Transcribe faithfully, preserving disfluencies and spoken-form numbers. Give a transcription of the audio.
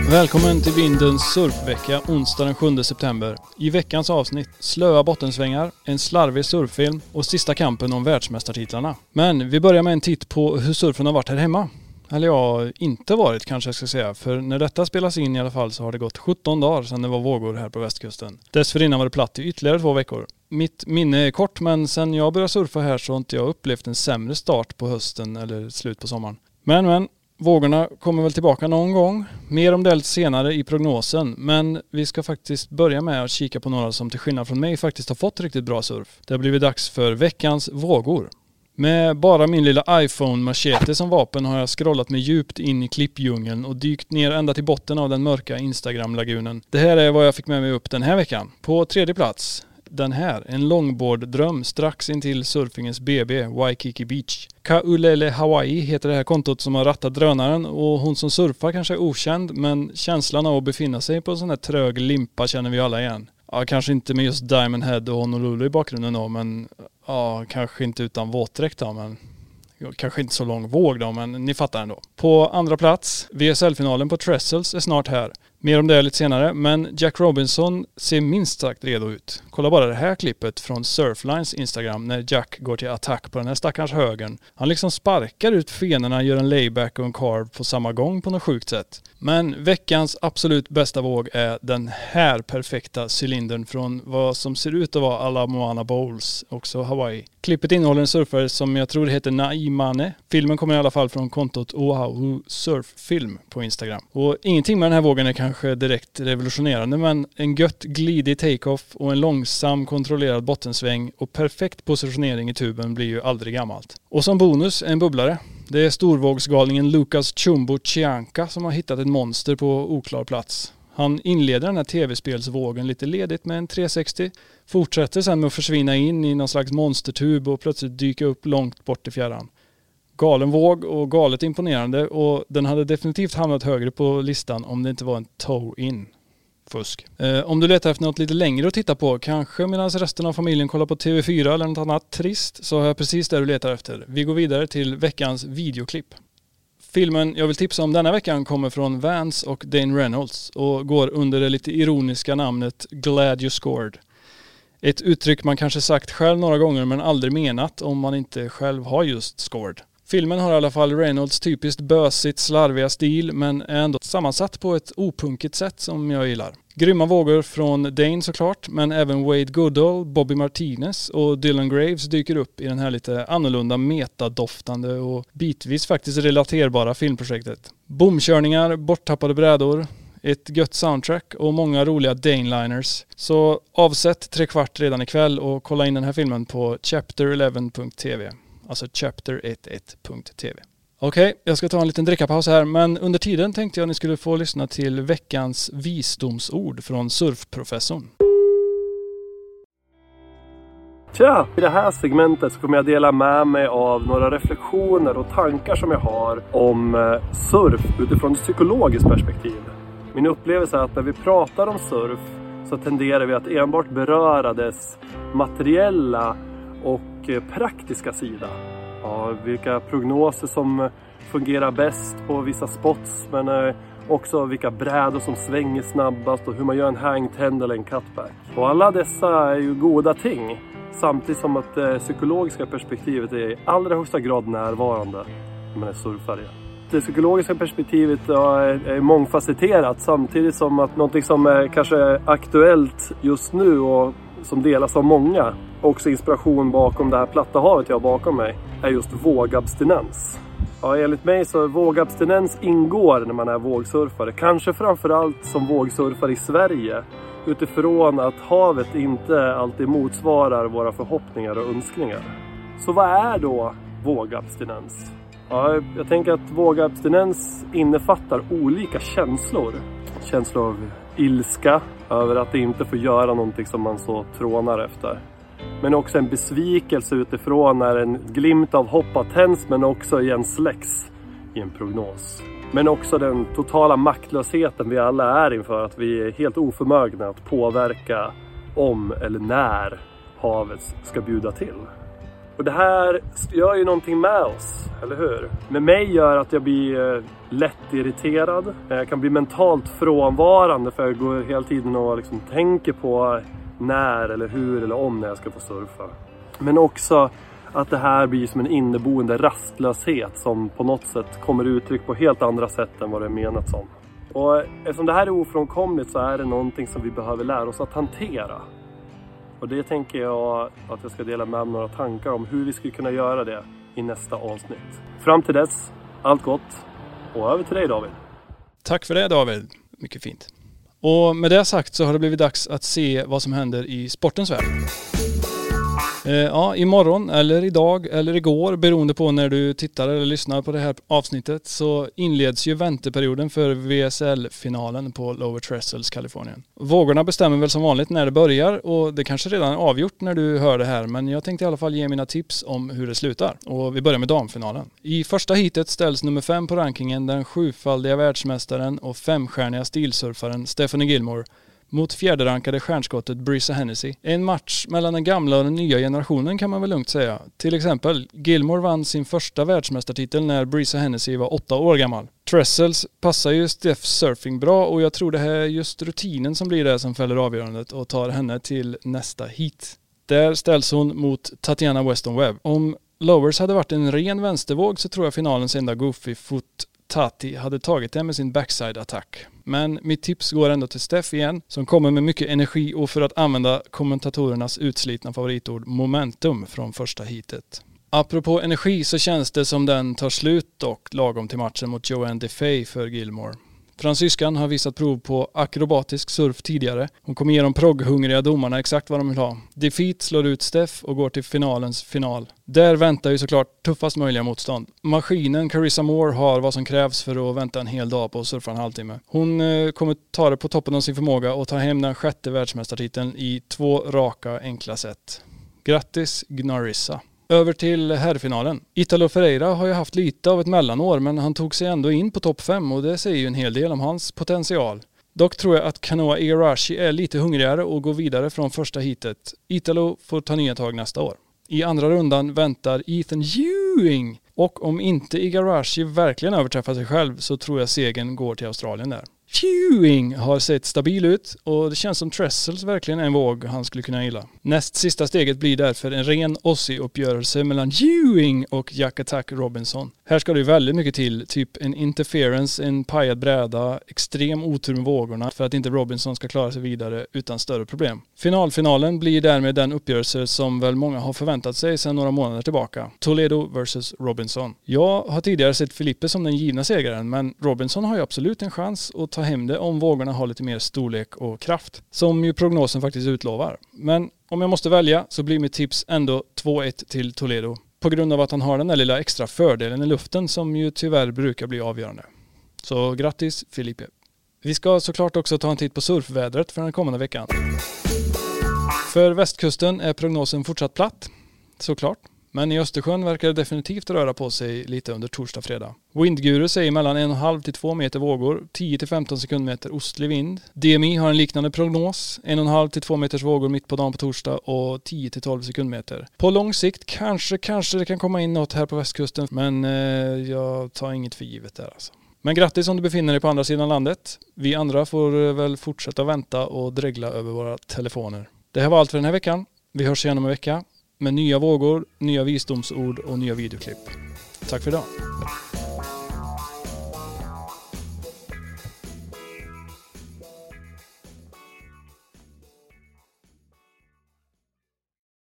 Välkommen till Vindens surfvecka onsdag den sjunde september. I veckans avsnitt slöa bottensvängar, en slarvig surffilm och sista kampen om världsmästartitlarna. Men vi börjar med en titt på hur surfen har varit här hemma. Eller ja, inte varit kanske jag ska säga. För när detta spelas in i alla fall så har det gått sjutton dagar sedan det var vågor här på västkusten. Dessförinnan var det platt i ytterligare två veckor. Mitt minne är kort, men sen jag började surfa här så har inte jag upplevt en sämre start på hösten eller slut på sommaren. Men men, vågorna kommer väl tillbaka någon gång. Mer om det lite senare i prognosen. Men vi ska faktiskt börja med att kika på några som till skillnad från mig faktiskt har fått riktigt bra surf. Det har blivit dags för veckans vågor. Med bara min lilla iPhone-machete som vapen har jag scrollat mig djupt in i klippdjungeln och dykt ner ända till botten av den mörka Instagram-lagunen. Det här är vad jag fick med mig upp den här veckan. På tredje plats, den här, en longboard-dröm strax intill surfingens B B, Waikiki Beach. Kaulele Hawaii heter det här kontot som har rattat drönaren och hon som surfar kanske är okänd, men känslan av att befinna sig på en sån här trög limpa känner vi alla igen. Ja, kanske inte med just Diamond Head och Honolulu i bakgrunden då, men ja, kanske inte utan våtdräkt då, men kanske inte så lång våg då, men ni fattar ändå. På andra plats, V S L-finalen på Trestles är snart här. Mer om det lite senare, men Jack Robinson ser minst sagt redo ut. Kolla bara det här klippet från Surflines Instagram när Jack går till attack på den här stackars högen. Han liksom sparkar ut fenorna, gör en layback och en carve på samma gång på något sjukt sätt. Men veckans absolut bästa våg är den här perfekta cylindern från vad som ser ut att vara Ala Moana Bowls, också Hawaii. Klippet innehåller en surfare som jag tror heter Naimane. Filmen kommer i alla fall från kontot Oahu Surffilm på Instagram. Och ingenting med den här vågen är kanske direkt revolutionerande, men en gött glidig take-off och en långsam kontrollerad bottensväng och perfekt positionering i tuben blir ju aldrig gammalt. Och som bonus en bubblare. Det är storvågsgalningen Lucas Chumbo Chianca som har hittat ett monster på oklar plats. Han inleder den här tv-spelsvågen lite ledigt med en tre sextio, fortsätter sen med att försvinna in i någon slags monstertub och plötsligt dyka upp långt bort i fjärran. Galen våg och galet imponerande, och den hade definitivt hamnat högre på listan om det inte var en toe-in. Fusk. Eh, om du letar efter något lite längre att titta på, kanske medan resten av familjen kollar på T V fyra eller något annat trist, så har jag precis det du letar efter. Vi går vidare till veckans videoklipp. Filmen jag vill tipsa om denna veckan kommer från Vance och Dane Reynolds och går under det lite ironiska namnet Glad You Scored. Ett uttryck man kanske sagt själv några gånger men aldrig menat om man inte själv har just scored. Filmen har i alla fall Reynolds typiskt bösigt slarviga stil, men är ändå sammansatt på ett opunkigt sätt som jag gillar. Grymma vågor från Dane såklart, men även Wade Goodall, Bobby Martinez och Dylan Graves dyker upp i den här lite annorlunda metadoftande och bitvis faktiskt relaterbara filmprojektet. Bomkörningar, borttappade brädor, ett gött soundtrack och många roliga Dane-liners. Så avsätt tre kvart redan ikväll och kolla in den här filmen på chapter eleven punkt t v. Alltså chapter elva punkt t v. Okej, okay, jag ska ta en liten drickapaus här, men under tiden tänkte jag att ni skulle få lyssna till veckans visdomsord från surfprofessorn. Tja! I det här segmentet så kommer jag dela med mig av några reflektioner och tankar som jag har om surf utifrån ett psykologiskt perspektiv. Min upplevelse är att när vi pratar om surf så tenderar vi att enbart beröra dess materiella och praktiska sida. Ja, vilka prognoser som fungerar bäst på vissa spots, men också vilka brädor som svänger snabbast och hur man gör en hangtend eller en cutback. Och alla dessa är ju goda ting, samtidigt som att det psykologiska perspektivet är i allra högsta grad närvarande när man är surfare. Det psykologiska perspektivet är mångfacetterat, samtidigt som att något som är kanske aktuellt just nu och som delas av många, också inspiration bakom det här platta havet jag har bakom mig, är just vågabstinens. Ja, enligt mig så vågabstinens ingår när man är vågsurfare. Kanske framförallt som vågsurfare i Sverige, utifrån att havet inte alltid motsvarar våra förhoppningar och önskningar. Så vad är då vågabstinens? Ja, jag tänker att vågabstinens innefattar olika känslor. Känslor av ilska över att inte få göra någonting som man så trånar efter. Men också en besvikelse utifrån när en glimt av hopp har tänds, men också igen släcks i en prognos. Men också den totala maktlösheten vi alla är inför, att vi är helt oförmögna att påverka om eller när havet ska bjuda till. Och det här gör ju någonting med oss, eller hur? Med mig gör att jag blir eh, lätt irriterad. Jag kan bli mentalt frånvarande för jag går hela tiden och liksom tänker på när eller hur eller om när jag ska få surfa. Men också att det här blir som en inneboende rastlöshet som på något sätt kommer uttryck på helt andra sätt än vad det är menat som. Och eftersom det här är ofrånkomligt så är det någonting som vi behöver lära oss att hantera. Och det tänker jag att jag ska dela med mig några tankar om hur vi skulle kunna göra det i nästa avsnitt. Fram till dess, allt gott. Och över till dig, David. Tack för det, David. Mycket fint. Och med det sagt så har det blivit dags att se vad som händer i sportens värld. Eh, ja, imorgon eller idag eller igår, beroende på när du tittar eller lyssnar på det här avsnittet, så inleds ju vänteperioden för V S L-finalen på Lower Trestles, Kalifornien. Vågorna bestämmer väl som vanligt när det börjar och det kanske redan är avgjort när du hör det här, men jag tänkte i alla fall ge mina tips om hur det slutar. Och vi börjar med damfinalen. I första heatet ställs nummer fem på rankingen, den sjufaldiga världsmästaren och femstjärniga stilsurfaren Stephanie Gilmore mot fjärderankade stjärnskottet Brisa Hennessy. En match mellan den gamla och den nya generationen kan man väl lugnt säga. Till exempel, Gilmore vann sin första världsmästartitel när Brisa Hennessy var åtta år gammal. Trestles passar ju Stephs surfing bra och jag tror det här är just rutinen som blir det som fäller avgörandet och tar henne till nästa heat. Där ställs hon mot Tatiana Weston Webb. Om Lowers hade varit en ren vänstervåg så tror jag finalens enda goofy foot Tati hade tagit det med sin backside-attack. Men mitt tips går ändå till Steph igen, som kommer med mycket energi och för att använda kommentatorernas utslitna favoritord momentum från första heatet. Apropå energi så känns det som den tar slut och lagom till matchen mot Joanne Defay för Gilmore. Fransyskan har visat prov på akrobatisk surf tidigare. Hon kommer ge de progghungriga domarna exakt vad de vill ha. Defeat slår ut Steph och går till finalens final. Där väntar ju såklart tuffast möjliga motstånd. Maskinen Carissa Moore har vad som krävs för att vänta en hel dag på att surfa en halvtimme. Hon eh, kommer ta det på toppen av sin förmåga och ta hem den sjätte världsmästartiteln i två raka enkla sätt. Grattis Gnarissa! Över till herrfinalen. Italo Ferreira har ju haft lite av ett mellanår, men han tog sig ändå in på topp fem och det säger ju en hel del om hans potential. Dock tror jag att Kanoa Igarashi är lite hungrigare och går vidare från första heatet. Italo får ta nya tag nästa år. I andra rundan väntar Ethan Ewing. Och om inte Igarashi verkligen överträffar sig själv så tror jag segern går till Australien där. Ewing har sett stabil ut och det känns som Trestles verkligen är en våg han skulle kunna gilla. Näst sista steget blir därför en ren Aussie-uppgörelse mellan Ewing och Jack Attack Robinson. Här ska det ju väldigt mycket till, typ en interference, en pajad bräda, extrem otur med vågorna för att inte Robinson ska klara sig vidare utan större problem. Finalfinalen blir därmed den uppgörelse som väl många har förväntat sig sedan några månader tillbaka. Toledo versus Robinson. Jag har tidigare sett Felipe som den givna segraren, men Robinson har ju absolut en chans att ta hem det om vågorna har lite mer storlek och kraft, som ju prognosen faktiskt utlovar. Men om jag måste välja så blir mitt tips ändå två ett till Toledo, på grund av att han har den där lilla extra fördelen i luften som ju tyvärr brukar bli avgörande. Så grattis Felipe. Vi ska såklart också ta en titt på surfvädret för den kommande veckan. För västkusten är prognosen fortsatt platt, såklart. Men i Östersjön verkar det definitivt röra på sig lite under torsdag fredag. Windguru säger mellan en komma fem till två meter vågor, tio till femton sekundmeter ostlig vind. D M I har en liknande prognos, en komma fem till två meters vågor mitt på dagen på torsdag och tio till tolv sekundmeter. På lång sikt kanske, kanske det kan komma in något här på västkusten, men eh, jag tar inget för givet där alltså. Men grattis om du befinner dig på andra sidan landet. Vi andra får väl fortsätta vänta och dregla över våra telefoner. Det här var allt för den här veckan. Vi hörs igen om en vecka med nya vågor, nya visdomsord och nya videoklipp. Tack för idag.